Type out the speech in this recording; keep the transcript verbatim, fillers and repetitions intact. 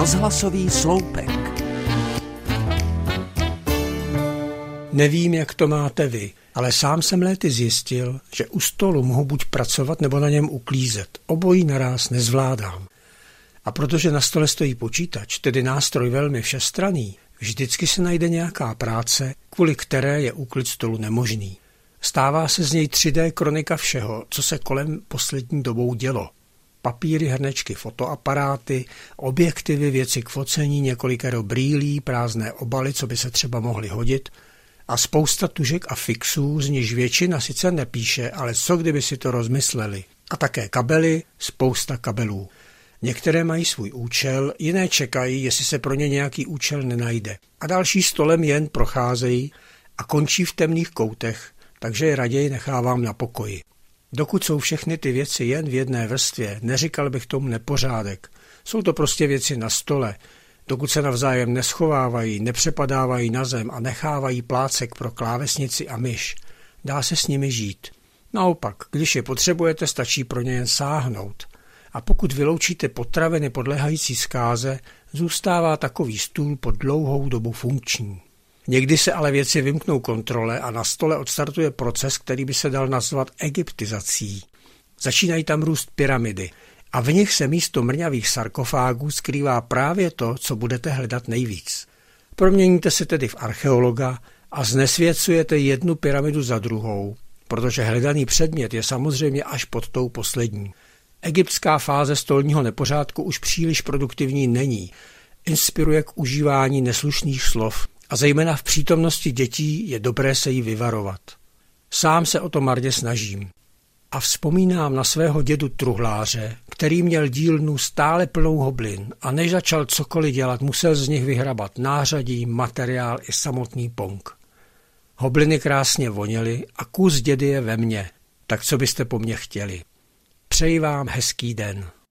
Rozhlasový sloupek. Nevím, jak to máte vy, ale sám jsem léty zjistil, že u stolu mohu buď pracovat nebo na něm uklízet. Obojí naráz nezvládám. A protože na stole stojí počítač, tedy nástroj velmi všestranný, vždycky se najde nějaká práce, kvůli které je úklid stolu nemožný. Stává se z něj tři dé kronika všeho, co se kolem poslední dobou dělo. Papíry, hrnečky, fotoaparáty, objektivy, věci k focení, několikero brýlí, prázdné obaly, co by se třeba mohly hodit, a spousta tužek a fixů, z nichž většina sice nepíše, ale co kdyby si to rozmysleli. A také kabely, spousta kabelů. Některé mají svůj účel, jiné čekají, jestli se pro ně nějaký účel nenajde. A další stolem jen procházejí a končí v temných koutech, takže je raději nechávám na pokoji. Dokud jsou všechny ty věci jen v jedné vrstvě, neříkal bych tomu nepořádek. Jsou to prostě věci na stole. Dokud se navzájem neschovávají, nepřepadávají na zem a nechávají plácek pro klávesnici a myš, dá se s nimi žít. Naopak, když je potřebujete, stačí pro ně jen sáhnout. A pokud vyloučíte potraviny podléhající zkáze, zůstává takový stůl po dlouhou dobu funkční. Někdy se ale věci vymknou kontrole a na stole odstartuje proces, který by se dal nazvat egyptizací. Začínají tam růst pyramidy a v nich se místo mrňavých sarkofágů skrývá právě to, co budete hledat nejvíc. Proměníte se tedy v archeologa a znesvěcujete jednu pyramidu za druhou, protože hledaný předmět je samozřejmě až pod tou poslední. Egyptská fáze stolního nepořádku už příliš produktivní není. Inspiruje k užívání neslušných slov a zejména v přítomnosti dětí je dobré se jí vyvarovat. Sám se o to marně snažím. A vzpomínám na svého dědu truhláře, který měl dílnu stále plnou hoblin a než začal cokoliv dělat, musel z nich vyhrabat nářadí, materiál i samotný pong. Hobliny krásně voněly a kus dědy je ve mně, tak co byste po mně chtěli. Přeji vám hezký den.